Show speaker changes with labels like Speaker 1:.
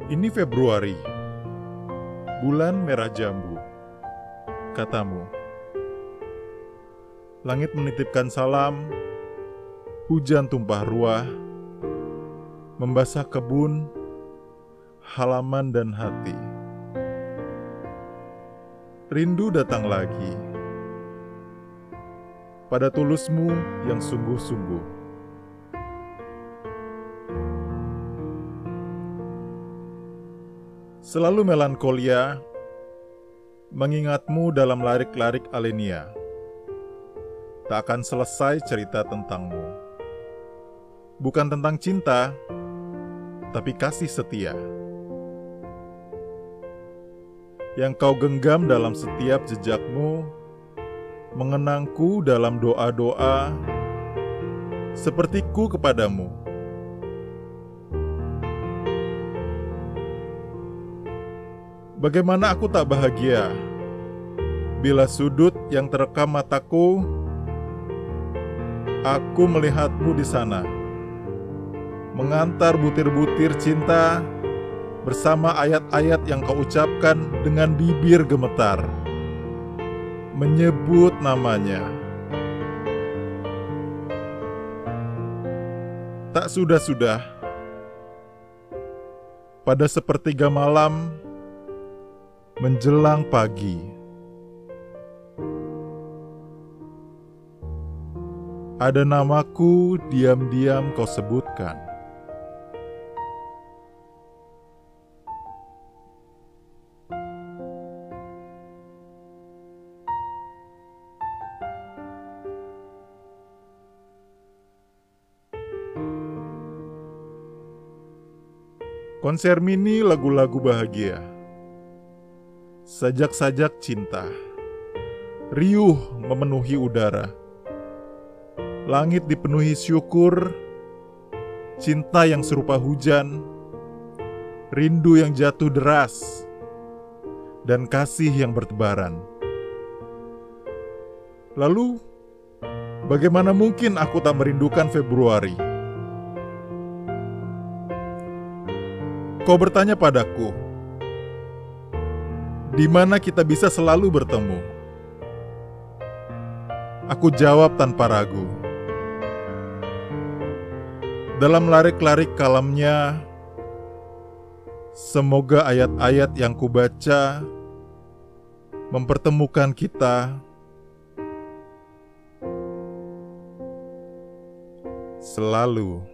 Speaker 1: Ini Februari, bulan merah jambu, katamu. Langit menitipkan salam, hujan tumpah ruah, membasah kebun, halaman dan hati. Rindu datang lagi, pada tulusmu yang sungguh-sungguh. Selalu melankolia, mengingatmu dalam larik-larik alenia. Tak akan selesai cerita tentangmu. Bukan tentang cinta, tapi kasih setia. Yang kau genggam dalam setiap jejakmu, mengenangku dalam doa-doa, sepertiku kepadamu. Bagaimana aku tak bahagia bila sudut yang terekam mataku, aku melihatmu di sana, mengantar butir-butir cinta bersama ayat-ayat yang kau ucapkan dengan bibir gemetar, menyebut namanya. Tak sudah-sudah, pada sepertiga malam menjelang pagi, ada namaku diam-diam kau sebutkan. Konser mini lagu-lagu bahagia, sajak-sajak cinta, riuh memenuhi udara. Langit dipenuhi syukur, cinta yang serupa hujan, rindu yang jatuh deras, dan kasih yang bertebaran. Lalu, bagaimana mungkin aku tak merindukan Februari? Kau bertanya padaku, di mana kita bisa selalu bertemu? Aku jawab tanpa ragu. Dalam larik-larik kalamnya, semoga ayat-ayat yang kubaca mempertemukan kita selalu.